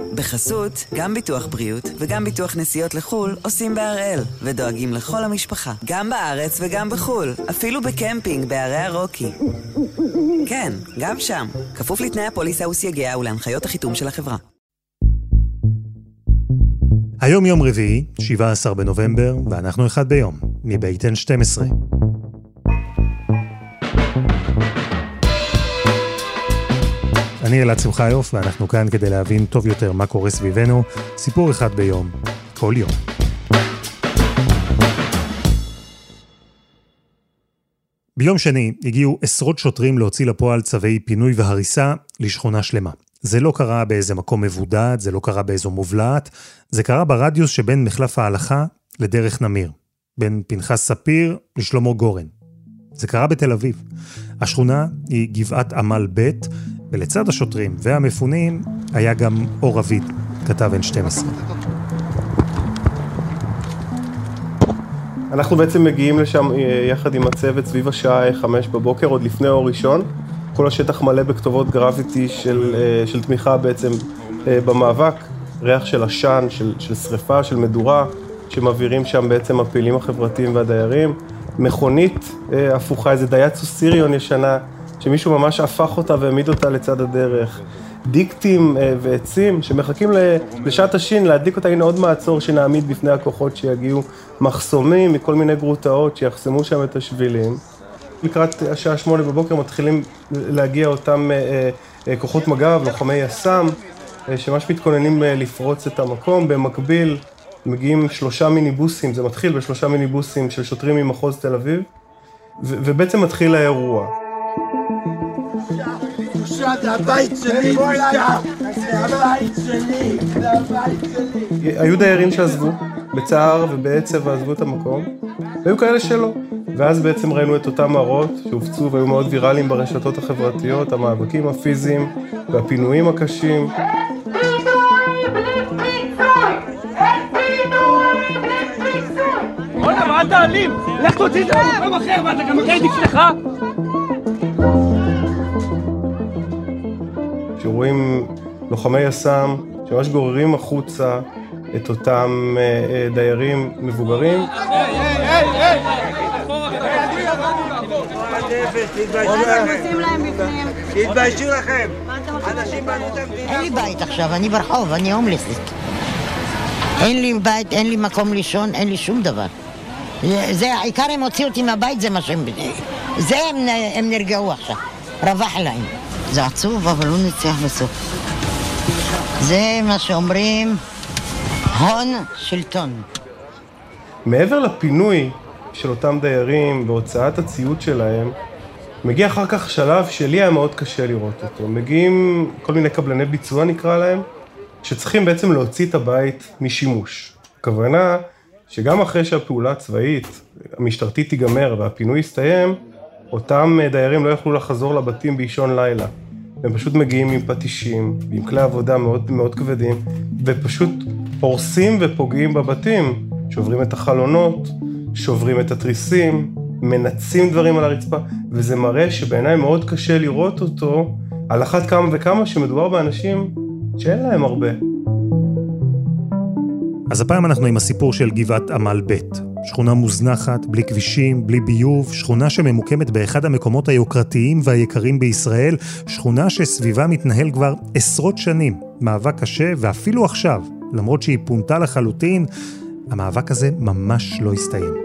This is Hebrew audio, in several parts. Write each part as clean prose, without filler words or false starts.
בחסות, גם ביטוח בריאות וגם ביטוח נסיעות לחול עושים בהראל, ודואגים לכל המשפחה, גם בארץ וגם בחול, אפילו בקמפינג בערי הרוקי. כן, גם שם, כפוף לתנאי הפוליסה וסייגיה ולהנחיות החיתום של החברה. היום יום רביעי, 17 בנובמבר, ואנחנו אחד ביום, מבית N12. אני אלעד שמחיוף, ואנחנו כאן כדי להבין טוב יותר מה קורה סביבנו, סיפור אחד ביום, כל יום. ביום שני הגיעו עשרות שוטרים להוציא לפועל צווי פינוי והריסה לשכונה שלמה. זה לא קרה באיזה מקום מבודד, זה לא קרה באיזו מובלעת, זה קרה ברדיוס שבין מחלף ההלכה לדרך נמיר, בין פנחס ספיר לשלמה גורן. זה קרה בתל אביב. השכונה היא גבעת עמל ב', ולצד השוטרים והמפונים היה גם אור אביד, כתב N12. אנחנו בעצם מגיעים לשם יחד עם הצוות סביב השעה 5 בבוקר, עוד לפני אור ראשון. כל השטח מלא בכתובות גרפיטי של תמיכה בעצם במאבק, ריח של עשן, של שריפה, של מדורה, שמעבירים שם בעצם הפעילים החברתיים והדיירים. מכונית הפוכה, איזה דייצו סיריון ישנה, שמישהו ממש הפך אותה והעמיד אותה לצד הדרך. דיקטים ועצים שמחכים לשעת השין, להדליק אותה. הנה עוד מעצור שנעמיד בפני הכוחות שיגיעו, מחסומים מכל מיני גרוטאות שיחסמו שם את השבילים. לקראת השעה 8 בבוקר מתחילים להגיע אותם כוחות מג"ב, לוחמי יס"מ, שממש מתכוננים לפרוץ את המקום. במקביל מגיעים 3 מיניבוסים, זה מתחיל ב3 מיניבוסים של שוטרים ממחוז תל אביב, ובעצם מתחיל האירוע. זה הבית שלי, זה הבית שלי, זה הבית שלי. היו דיירים שעזבו בצער ובעצב ועזבו את המקום, והיו כאלה שלא. ואז בעצם ראינו את אותם מראות שהופצו והיו מאוד ויראליים ברשתות החברתיות, המאבקים הפיזיים והפינויים הקשים. בוא'נה, מה אתה אלים? לך תוציא את זה במקום אחר, מה אתה גם מגיע את אשתך? שרואים לוחמי יס"מ שממש גוררים החוצה את אותם דיירים מבוגרים. תתביישו לכם. אנשים בנו את המדינה. אין לי בית עכשיו, אני ברחוב, אני הומלסית. אין לי בית, אין לי מקום לישון, אין לי שום דבר. זה העיקר, הם הוציאו אותי מהבית, זה מה שהם... זה הם נרגעו עכשיו, רווח להם. זה עצוב, אבל הוא ניצח בסוף. זה מה שאומרים, הון שלטון. מעבר לפינוי של אותם דיירים והוצאת הציוד שלהם, מגיע אחר כך שלב שלי היה מאוד קשה לראות אותו. מגיעים כל מיני קבלני ביצוע נקרא להם, שצריכים בעצם להוציא את הבית משימוש. הכוונה שגם אחרי שהפעולה הצבאית, המשטרתית תיגמר והפינוי יסתיים, אותם דיירים לא יכלו לחזור לבתים באישון לילה. הם פשוט מגיעים עם פטישים, עם כלי עבודה מאוד מאוד כבדים, ופשוט הורסים ופוגעים בבתים, שוברים את החלונות, שוברים את התריסים, מנצים דברים על הרצפה, וזה מראה שבעיניי מאוד קשה לראות אותו, על אחת כמה וכמה שמדובר באנשים שאין להם הרבה. אז הפעם אנחנו עם הסיפור של גבעת עמל ב', שכונה מוזנחת, בלי כבישים, בלי ביוב, שכונה שממוקמת באחד המקומות היוקרתיים והיקרים בישראל, שכונה שסביבה מתנהל כבר עשרות שנים, מאבק קשה, ואפילו עכשיו, למרות שהיא פונתה לחלוטין, המאבק הזה ממש לא הסתיים.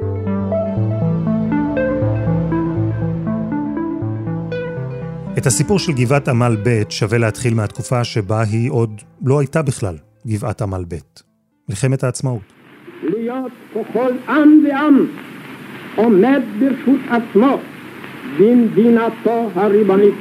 את הסיפור של גבעת עמל ב' שווה להתחיל מהתקופה שבה היא עוד לא הייתה בכלל גבעת עמל ב'. מלחמת העצמאות. להיות ככל עם ועם עומד ברשות עצמו במדינתו הריבונית.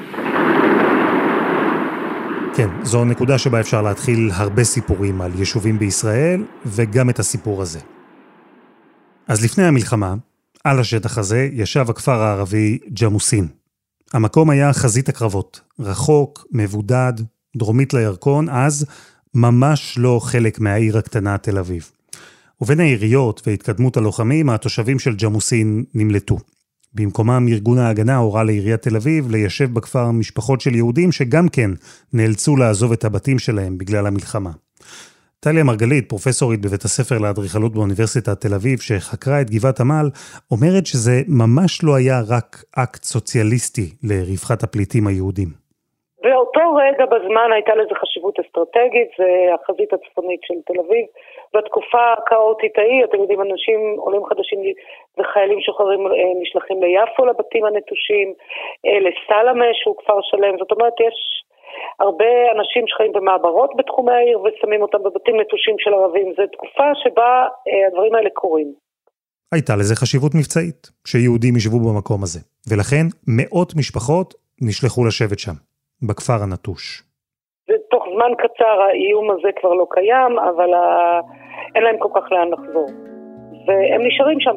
כן, זו נקודה שבה אפשר להתחיל הרבה סיפורים על יישובים בישראל, וגם את הסיפור הזה. אז לפני המלחמה, על השטח הזה ישב הכפר הערבי ג'מוסין. המקום היה חזית הקרבות, רחוק, מבודד, דרומית לירקון, אז ממש לא חלק מהעיר הקטנה תל אביב. ובין העיריות והתקדמות הלוחמים, התושבים של ג'מוסין נמלטו. במקומם ארגון ההגנה הורה לעיריית תל אביב ליישב בכפר משפחות של יהודים שגם כן נאלצו לעזוב את הבתים שלהם בגלל המלחמה. טליה מרגלית, פרופסורית בבית הספר לאדריכלות באוניברסיטת תל אביב, שחקרה את גבעת עמל, אומרת שזה ממש לא היה רק אקט סוציאליסטי לרווחת הפליטים היהודים. באותו רגע בזמן הייתה לזה חשיבות אסטרטגית, זה החזית הצפונית של תל אביב. בתקופה הקאוטית ההיא, אתם יודעים, אנשים, עולים חדשים וחיילים שוחררים נשלחים ליפו לבתים הנטושים, לסלמה שהוא כפר שלם, זאת אומרת יש הרבה אנשים שחיים במעברות בתחומי העיר ושמים אותם בבתים נטושים של ערבים. זו תקופה שבה הדברים האלה קורים. הייתה לזה חשיבות מבצעית, שיהודים ישבו במקום הזה, ולכן מאות משפחות נשלחו לשבת שם, בכפר הנטוש. תוך זמן קצר האיום הזה כבר לא קיים, אבל אין להם כל כך לאן לחזור. והם נשארים שם.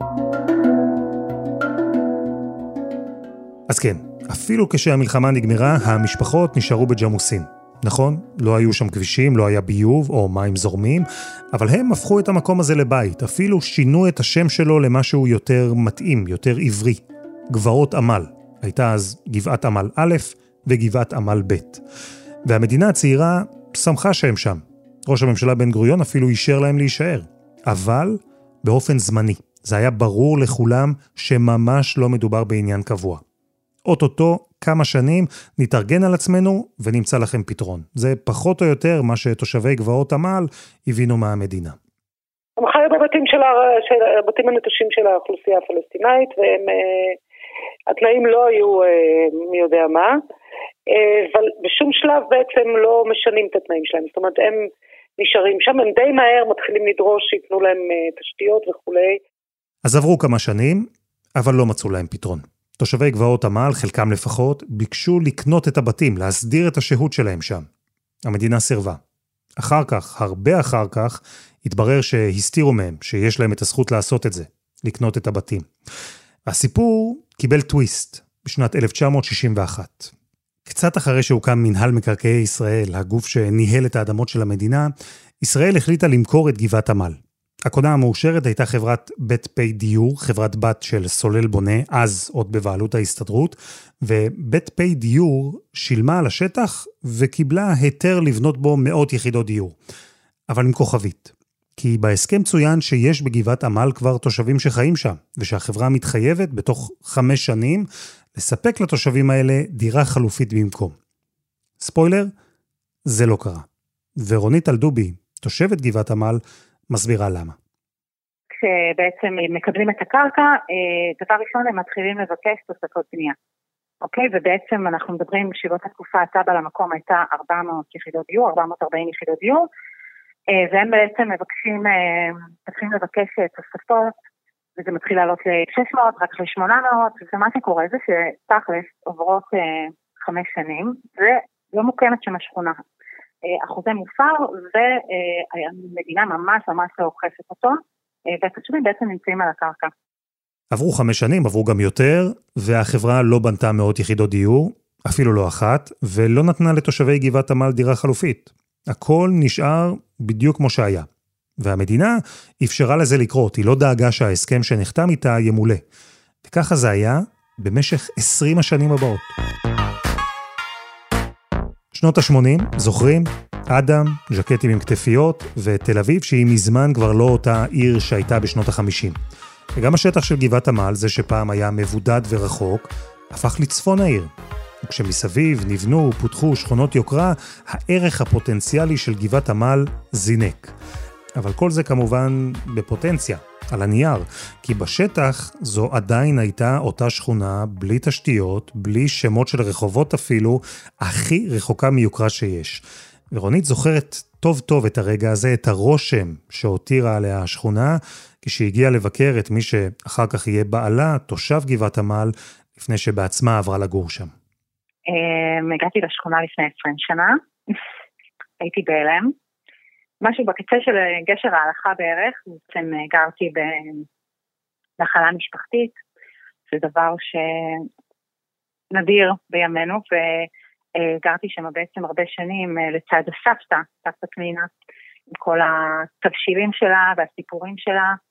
אז כן, אפילו כשהמלחמה נגמרה, המשפחות נשארו בג'מוסין. נכון? לא היו שם כבישים, לא היה ביוב או מים זורמים, אבל הם הפכו את המקום הזה לבית. אפילו שינו את השם שלו למשהו יותר מתאים, יותר עברי. גבעות עמל. הייתה אז גבעת עמל א' וגבעת עמל ב'. והמדינה הצעירה שמחה שהם שם. ראש הממשלה בן גוריון אפילו אישר להם להישאר. אבל באופן זמני. זה היה ברור לכולם שממש לא מדובר בעניין קבוע. אוטוטו כמה שנים נתארגן על עצמנו ונמצא לכם פתרון. זה פחות או יותר מה שתושבי גבעות עמל הבינו מהמדינה. הם חיו בבתים הנטושים של האוכלוסייה הפלסטינאית, והתנאים לא היו מי יודע מה, אבל בשום שלב בעצם לא משנים את התנאים שלהם. זאת אומרת, הם נשארים שם, הם די מהר מתחילים לדרוש שיתנו להם תשתיות וכולי. אז עברו כמה שנים, אבל לא מצאו להם פתרון. תושבי גבעות עמל, חלקם לפחות, ביקשו לקנות את הבתים, להסדיר את השהות שלהם שם. המדינה סירבה. אחר כך, הרבה אחר כך, התברר שהסתירו מהם, שיש להם את הזכות לעשות את זה, לקנות את הבתים. הסיפור קיבל טוויסט בשנת 1961. קצת אחרי שהוקם מנהל מקרקעי ישראל, הגוף שניהל את האדמות של המדינה, ישראל החליטה למכור את גבעת עמל. הקונה המאושרת הייתה חברת בית פי דיור, חברת בת של סולל בונה, אז עוד בבעלות ההסתדרות, ובית פי דיור שילמה על השטח וקיבלה היתר לבנות בו 100 יחידות דיור. אבל עם כוכבית. כי בהסכם צוין שיש בגבעת עמל כבר תושבים שחיים שם, ושהחברה מתחייבת בתוך 5 שנים לספק לתושבים האלה דירה חלופית במקום. ספוילר, זה לא קרה. ורונית אלדובי, תושבת גבעת עמל, מסבירה למה. כשבעצם מקבלים את הקרקע, דבר ראשון הם מתחילים לבקש תוספות בנייה. אוקיי? ובעצם אנחנו מדברים, שבאותה תקופה התב"ע למקום הייתה 400 יחידות דיור, 440 יחידות דיור, והם בעצם מתחילים לבקש תוספות, וזה מתחיל לעלות ל-600, רק ל-800, ומה שקורה זה שתכלס עוברות 5 שנים, ולא מוקמת שם השכונה. אחוזי מופר, והמדינה ממש לא אוכפת אותו, והתושבים בעצם נמצאים על הקרקע. עברו 5 שנים, עברו גם יותר, והחברה לא בנתה 100 יחידות דיור, אפילו לא אחת, ולא נתנה לתושבי גבעת עמל דירה חלופית. הכל נשאר בדיוק כמו שהיה. והמדינה אפשרה לזה לקרות, היא לא דאגה שההסכם שנחתם איתה ימולא. וככה זה היה במשך 20 השנים הבאות. שנות ה-80, זוכרים? אדם, ז'קטים עם כתפיות, ותל אביב שהיא מזמן כבר לא אותה עיר שהייתה בשנות ה-50. וגם השטח של גבעת עמל, זה שפעם היה מבודד ורחוק, הפך לצפון העיר. וכשמסביב נבנו ופותחו שכונות יוקרה, הערך הפוטנציאלי של גבעת עמל זינק. אבל כל זה כמובן בפוטנציה, על הנייר, כי בשטח זו עדיין הייתה אותה שכונה בלי תשתיות, בלי שמות של רחובות אפילו, הכי רחוקה מיוקרה שיש. ורונית זוכרת טוב טוב את הרגע הזה, את הרושם שהותירה עליה השכונה, כשהגיעה לבקר את מי שאחר כך יהיה בעלה, תושב גבעת עמל, לפני שבעצמה עברה לגור שם. הגעתי לשכונה לפני 20 שנה, הייתי בהלם, משהו בקצה של גשר ההלכה בערך, בעצם גרתי בנחלה משפחתית, זה דבר שנדיר בימינו, וגרתי שם בעצם הרבה שנים לצד הסבתא, סבתא פנינה, עם כל התבשילים שלה והסיפורים שלה,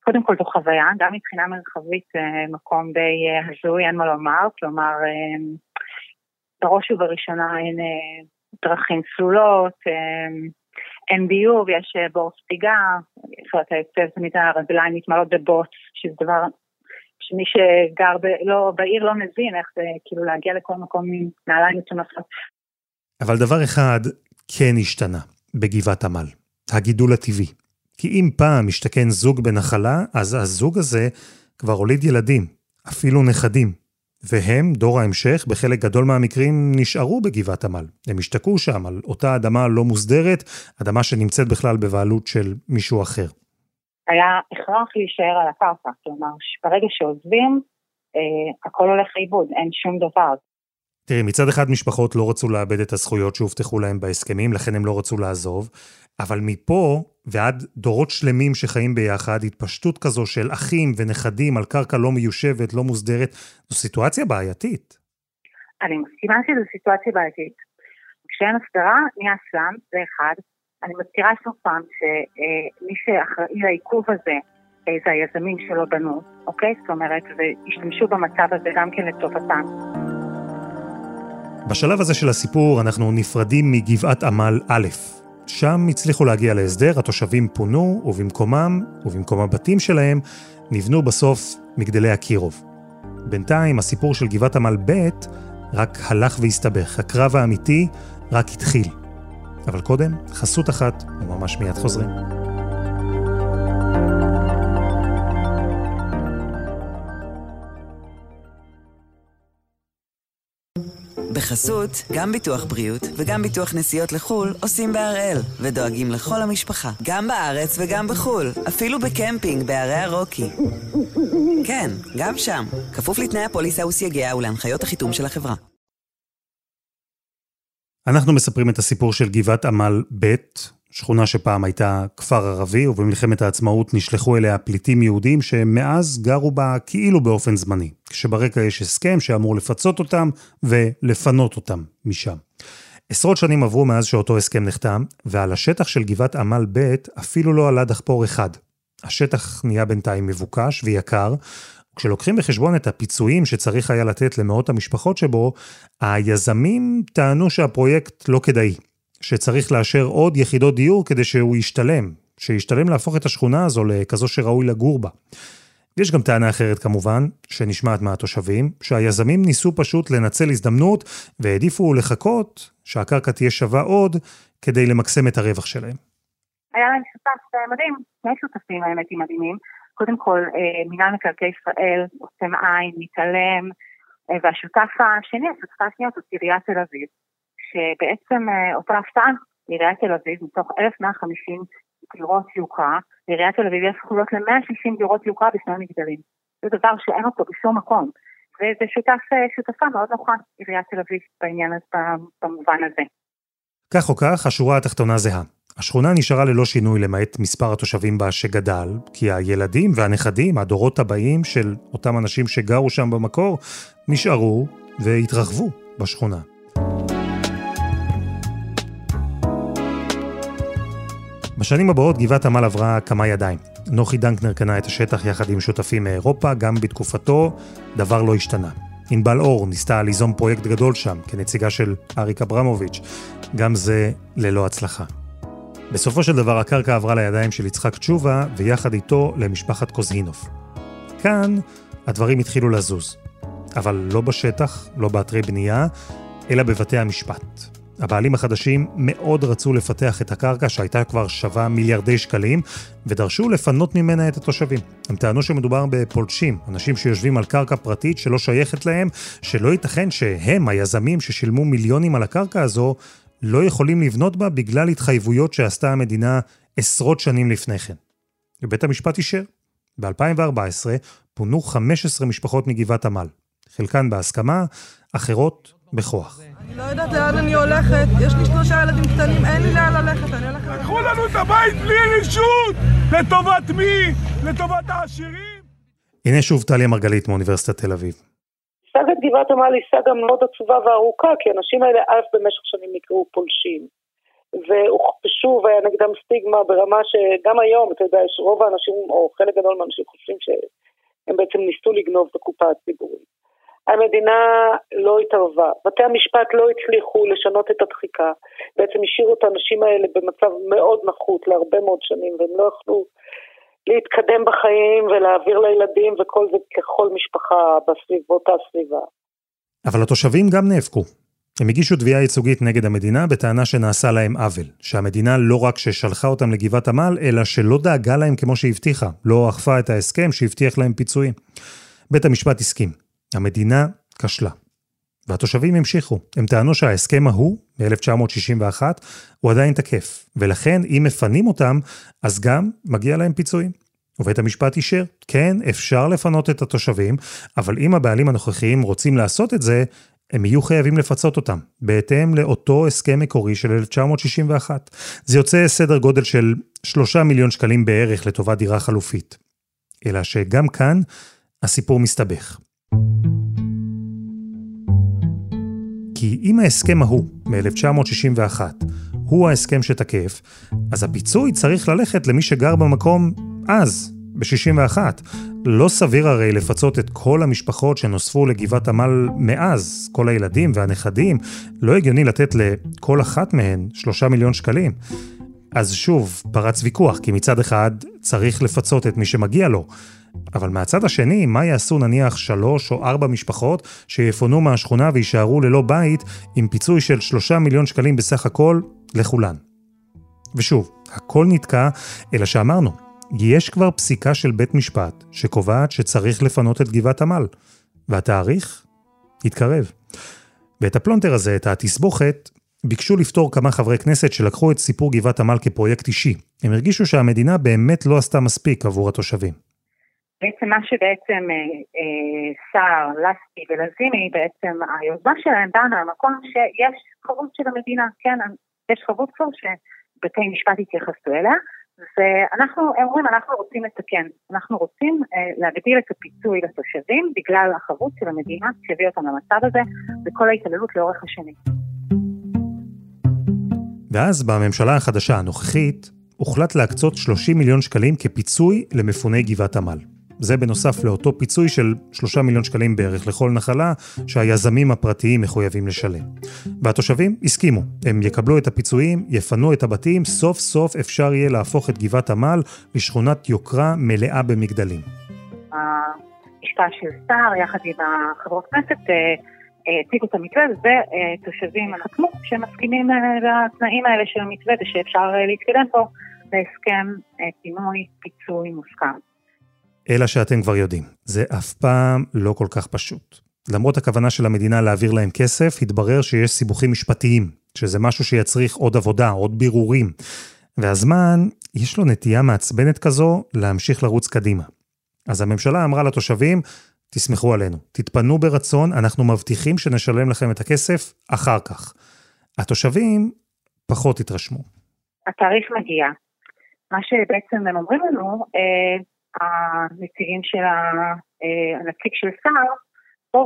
קודם כל זו חוויה, גם מבחינה מרחבית מקום די הזוי, אין מה לומר, כלומר בראש ובראשונה אין דרכים סלולות, אין ביוב, יש בור ספיגה, אתה יוצא תמיד הרגליים מתמלות בבוץ, שזה דבר שמי שגר בעיר לא מבין איך זה כאילו להגיע לכל מקום עם נעליים מצונפות. אבל דבר אחד כן השתנה בגבעת עמל, הגידול הטבעי. כי אם פעם משתכן זוג בנחלה, אז הזוג הזה כבר הוליד ילדים, אפילו נכדים. והם, דור ההמשך, בחלק גדול מהמקרים נשארו בגבעת עמל. הם השתקעו שם על אותה אדמה לא מוסדרת, אדמה שנמצאת בכלל בבעלות של מישהו אחר. היה הכרח להישאר על הקרקע, כלומר, ברגע שעוזבים, הכל הולך לאיבוד, אין שום דבר. תראי, מצד אחד משפחות לא רצו לאבד את הזכויות שהובטחו להם בהסכמים, לכן הם לא רצו לעזוב, אבל מפה ועד דורות שלמים שחיים ביחד, התפשטות כזו של אחים ונכדים על קרקע לא מיושבת, לא מוסדרת, זו סיטואציה בעייתית. אני מסכימה שזו סיטואציה בעייתית. כשאין הסדרה, נהיה סלאם, זה אחד. אני מזכירה שוב פעם שמי שאחראי לעיכוב הזה, זה היזמים שלא בנו, אוקיי? זאת אומרת, והשתמשו במצב הזה גם כן לטובתם. בשלב הזה של הסיפור אנחנו נפרדים מגבעת עמל א'. שם הצליחו להגיע להסדר, התושבים פונו, ובמקום הבתים שלהם נבנו בסוף מגדלי הקירוב. בינתיים הסיפור של גבעת עמל ב' רק הלך והסתבך, הקרב האמיתי רק התחיל. אבל קודם, חסות אחת, וממש מיד חוזרים. בחסות, גם ביטוח בריאות וגם ביטוח נסיעות לחול עושים בהראל, ודואגים לכל המשפחה, גם בארץ וגם בחול, אפילו בקמפינג בערי הרוקי. כן, גם שם, כפוף לתנאי הפוליסה וסייגיה ולהנחיות החיתום של החברה. אנחנו מספרים את הסיפור של גבעת עמל ב', שכונה שפעם הייתה כפר ערבי, ובמלחמת העצמאות נשלחו אליה פליטים יהודים שמאז גרו בה כאילו באופן זמני, כשברקע יש הסכם שאמור לפצות אותם ולפנות אותם משם. עשרות שנים עברו מאז שאותו הסכם נחתם, ועל השטח של גבעת עמל ב' אפילו לא עלה דחפור אחד. השטח נהיה בינתיים מבוקש ויקר, וכשלוקחים בחשבון את הפיצויים שצריך היה לתת למאות המשפחות שבו, היזמים טענו שהפרויקט לא כדאי. שצריך לאשר עוד יחידות דיור כדי שהוא שישתלם להפוך את השכונה הזו לכזו שראוי לגור בה. יש גם טענה אחרת כמובן, שנשמעת מהתושבים, שהיזמים ניסו פשוט לנצל הזדמנות, והעדיפו לחכות שהקרקע תהיה שווה עוד, כדי למקסם את הרווח שלהם. היה להם שותף מדהים, שני שותפים האמת מדהימים. קודם כל, מינהל מקרקעי ישראל, עושים עין, מתעלם, והשותף השני, זאת עיריית תל אביב. שבעצם אותה הפתעה, לעיריית תל אביב, מתוך 1,150 דירות יוקרה, לעיריית תל אביב יש זכויות ל-160 דירות יוקרה בשני מגדלים. זה דבר שאין אותו בשום מקום. וזה שותפה מאוד נוחה, עיריית תל אביב בעניין הזה, במובן הזה. כך או כך, השורה התחתונה זהה. השכונה נשארה ללא שינוי למעט מספר התושבים בה שגדל, כי הילדים והנכדים, הדורות הבאים של אותם אנשים שגרו שם במקור, נשארו והתרחבו בשכונה. בשנים הבאות גבעת עמל עברה כמה ידיים. נוחי דנקנר קנה את השטח יחד עם שותפים מאירופה, גם בתקופתו דבר לא השתנה. ענבל אור ניסתה ליזום פרויקט גדול שם, כנציגה של אריק אברמוביץ', גם זה ללא הצלחה. בסופו של דבר הקרקע עברה לידיים של יצחק תשובה, ויחד איתו למשפחת קוזהינוף. כאן הדברים התחילו לזוז, אבל לא בשטח, לא באתרי בנייה, אלא בבתי המשפט. הבעלים החדשים מאוד רצו לפתח את הקרקע שהייתה כבר שווה מיליארדי שקלים, ודרשו לפנות ממנה את התושבים. הם טענו שמדובר בפולשים, אנשים שיושבים על קרקע פרטית שלא שייכת להם, שלא ייתכן שהם, היזמים ששילמו מיליונים על הקרקע הזו, לא יכולים לבנות בה בגלל התחייבויות שעשתה המדינה עשרות שנים לפני כן. ובית המשפט אישר. ב-2014 פונו 15 משפחות מגבעת עמל. חלקן בהסכמה, אחרות בכוח. אני לא יודעת לאן אני הולכת, יש לי 3 ילדים קטנים, אין לי לאן ללכת, אני הולכת... לקחו לנו את הבית בלי רשות! לטובת מי? לטובת העשירים? הנה שוב טליה מרגלית מאוניברסיטת תל אביב. סגת גבעת עמל היא סגה מאוד עצובה וארוכה, כי האנשים האלה אז במשך שנים נקראו פולשים. ושוב היה נגדם סטיגמה ברמה שגם היום, אתה יודע, שרוב האנשים, או חלק גדול מהאנשים חושבים שהם בעצם ניסו לגנוב את הקופה הציבורית. המדינה לא התערבה, בתי המשפט לא הצליחו לשנות את הדחיקה, בעצם השאירו את האנשים האלה במצב מאוד נחות להרבה מאוד שנים, והם לא יכלו להתקדם בחיים ולהעביר לילדים וכל זה ככל משפחה באותה סביבה. אבל התושבים גם נאבקו. הם הגישו תביעה ייצוגית נגד המדינה בטענה שנעשה להם עוול, שהמדינה לא רק ששלחה אותם לגבעת עמל, אלא שלא דאגה להם כמו שהבטיחה, לא אכפה את ההסכם שהבטיח להם פיצויים. בית המשפט הסכים. המדינה כשלה. והתושבים המשיכו. הם טענו שההסכם ההוא, ב-1961, הוא עדיין תקף. ולכן, אם מפנים אותם, אז גם מגיע להם פיצויים. ובית המשפט אישר, כן, אפשר לפנות את התושבים, אבל אם הבעלים הנוכחיים רוצים לעשות את זה, הם יהיו חייבים לפצות אותם, בהתאם לאותו הסכם מקורי של 1961. זה יוצא סדר גודל של 3 מיליון שקלים בערך לטובת דירה חלופית. אלא שגם כאן, הסיפור מסתבך. כי אם ההסכם ההוא, מ-1961, הוא ההסכם שתקף, אז הפיצוי צריך ללכת למי שגר במקום אז, ב-61. לא סביר הרי לפצות את כל המשפחות שנוספו לגבעת עמל מאז, כל הילדים והנכדים, לא הגיוני לתת לכל אחת מהן 3 מיליון שקלים. אז שוב, פרץ ויכוח, כי מצד אחד צריך לפצות את מי שמגיע לו, אבל מהצד השני, מה יעשו נניח 3 או 4 משפחות שיפונו מהשכונה וישארו ללא בית עם פיצוי של 3 מיליון שקלים בסך הכל לכולן? ושוב, הכל נתקע, אלא שאמרנו, יש כבר פסיקה של בית משפט שקובעת שצריך לפנות את גבעת עמל, והתאריך התקרב. ואת הפלונטר הזה, את התסבוכת, ביקשו לפתור כמה חברי כנסת שלקחו את סיפור גבעת עמל כפרויקט אישי. הם הרגישו שהמדינה באמת לא עשתה מספיק עבור התושבים. בעצם מה שבעצם סער, לסקי ולזימי, בעצם היוזמה שלהם באה מהמקום שיש חבות של המדינה, כן, יש חבות כבר שבתי משפט התייחסו אליה, ואנחנו אומרים, אנחנו רוצים לתקן, אנחנו רוצים להגדיל את הפיצוי לתושבים בגלל החבות של המדינה שהביא אותם למצב הזה, וכל ההתעללות לאורך השנים. ואז בממשלה החדשה הנוכחית, הוחלט להקצות 30 מיליון שקלים כפיצוי למפוני גבעת עמל. זה בנוסף לאותו פיצוי של 3 מיליון שקלים בערך לכל נחלה שהיזמים הפרטיים מחויבים לשלם. והתושבים הסכימו, הם יקבלו את הפיצויים, יפנו את הבתים, סוף סוף אפשר יהיה להפוך את גבעת עמל לשכונת יוקרה מלאה במגדלים. המשפט של סער יחד עם החברות כנסת הציגו את המתווה, ותושבים חתמו שמסכימים לתנאים האלה של המתווה ושאפשר להתקדם פה בהסכם פינוי פיצוי מוסכם. אלא שאתם כבר יודעים, זה אף פעם לא כל כך פשוט. למרות הכוונה של המדינה להעביר להם כסף, התברר שיש סיבוכים משפטיים, שזה משהו שיצריך עוד עבודה, עוד בירורים. והזמן, יש לו נטייה מעצבנת כזו להמשיך לרוץ קדימה. אז הממשלה אמרה לתושבים, תסמכו עלינו, תתפנו ברצון, אנחנו מבטיחים שנשלם לכם את הכסף אחר כך. התושבים פחות התרשמו. התאריך מגיע. מה שבעצם הם אומרים לנו, הנציגים של הנציג של סער, בואו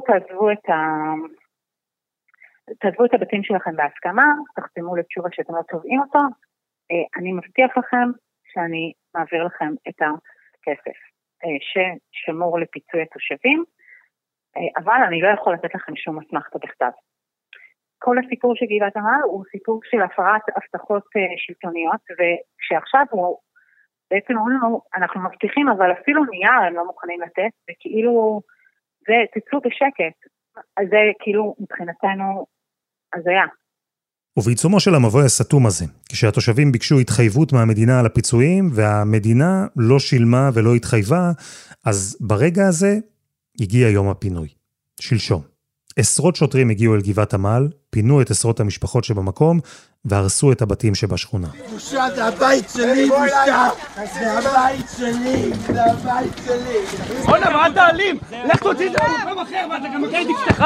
תעזבו את הבתים שלכם בהסכמה, תחתמו לתשובה שאתם לא תובעים אותו, אני מבטיח לכם שאני מעביר לכם את הכסף ששמור לפיצוי התושבים, אבל אני לא יכול לתת לכם שום אסמכתה בכתב. כל הסיפור של גבעת עמל הוא סיפור של הפרת הבטחות שלטוניות, וכשעכשיו הוא בעצם אנחנו מבטיחים, אבל אפילו נייר הם לא מוכנים לתת, וכאילו, זה תצאו בשקט, אז זה כאילו מבחינתנו הזיה. ובעיצומו של המבוי הסתום הזה, כשהתושבים ביקשו התחייבות מהמדינה על הפיצויים, והמדינה לא שילמה ולא התחייבה, אז ברגע הזה הגיע יום הפינוי, שלשום. עשרות שוטרים הגיעו אל גבעת עמל, פינו את עשרות המשפחות שבמקום, והרסו את הבתים שבשכונה. בושה, זה הבית שלי, בושה! זה הבית שלי, זה הבית שלי! עונה, מה אתה אלים? לך תוציא את זה במקום אחר, ואתה גם מכיר את אשתך?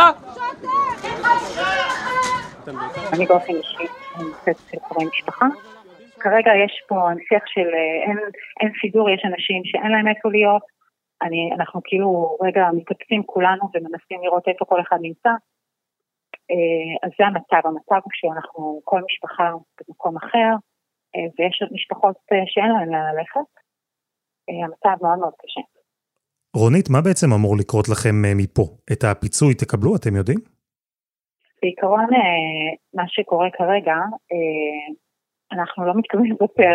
אני באופן אישי, אני נושאת של קרובי משפחה. כרגע יש פה שיח של אין סידור, יש אנשים שאין להם איפה להיות. אנחנו כאילו רגע מתאפסים כולנו ומנסים לראות איפה כל אחד נמצא. אז זה המצב הוא שאנחנו, כל משפחה במקום אחר, ויש משפחות שאין להן ללכת, המצב מאוד מאוד קשה. רונית, מה בעצם אמור לקרות לכם מפה? את הפיצוי תקבלו, אתם יודעים? בעיקרון, מה שקורה כרגע, אנחנו לא מתכוונים לוותר.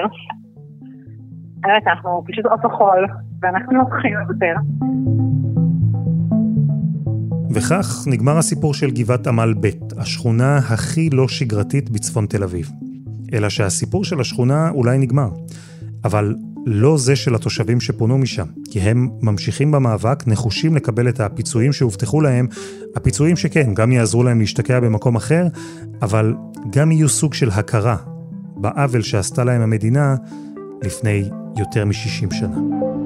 אנחנו פשוט עוד החול, ואנחנו לא הולכים לוותר. וכך נגמר הסיפור של גבעת עמל ב', השכונה הכי לא שגרתית בצפון תל אביב. אלא שהסיפור של השכונה אולי נגמר. אבל לא זה של התושבים שפונו משם, כי הם ממשיכים במאבק, נחושים לקבל את הפיצויים שהובטחו להם, הפיצויים שכן, גם יעזרו להם להשתקע במקום אחר, אבל גם יהיו סוג של הכרה בעוול שעשתה להם המדינה לפני יותר מ-60 שנה.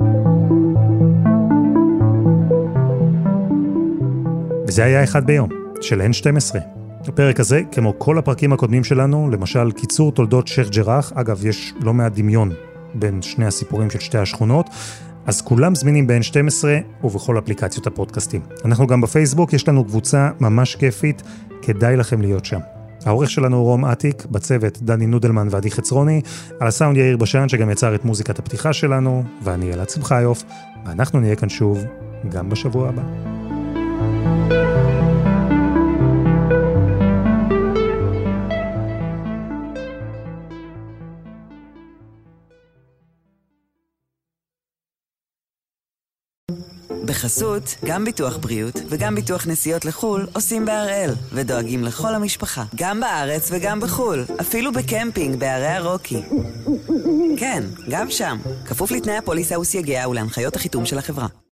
וזה היה אחד ביום, של N12. הפרק הזה, כמו כל הפרקים הקודמים שלנו, למשל קיצור תולדות שייח ג'ראח, אגב יש לא מעט דמיון בין שני הסיפורים של שתי השכונות, אז כולם זמינים ב-N12 ובכל אפליקציות הפודקאסטים. אנחנו גם בפייסבוק, יש לנו קבוצה ממש כיפית, כדאי לכם להיות שם. העורך שלנו הוא רום עתיק, בצוות דני נודלמן ועדי חצרוני, על הסאונד יאיר בשן שגם יצר את מוזיקת הפתיחה שלנו, ואני אלעד שמחיוף, ואנחנו נהיה כאן שוב גם בשבוע הבא. בחסות, גם ביטוח בריאות וגם ביטוח נסיעות לחול עושים בהראל ודואגים לכל המשפחה, גם בארץ וגם בחול, אפילו בקמפינג בערי הרוקי. כן, גם שם, כפוף לתנאי הפוליסה וסייגיה ולהנחיות החיתום של החברה.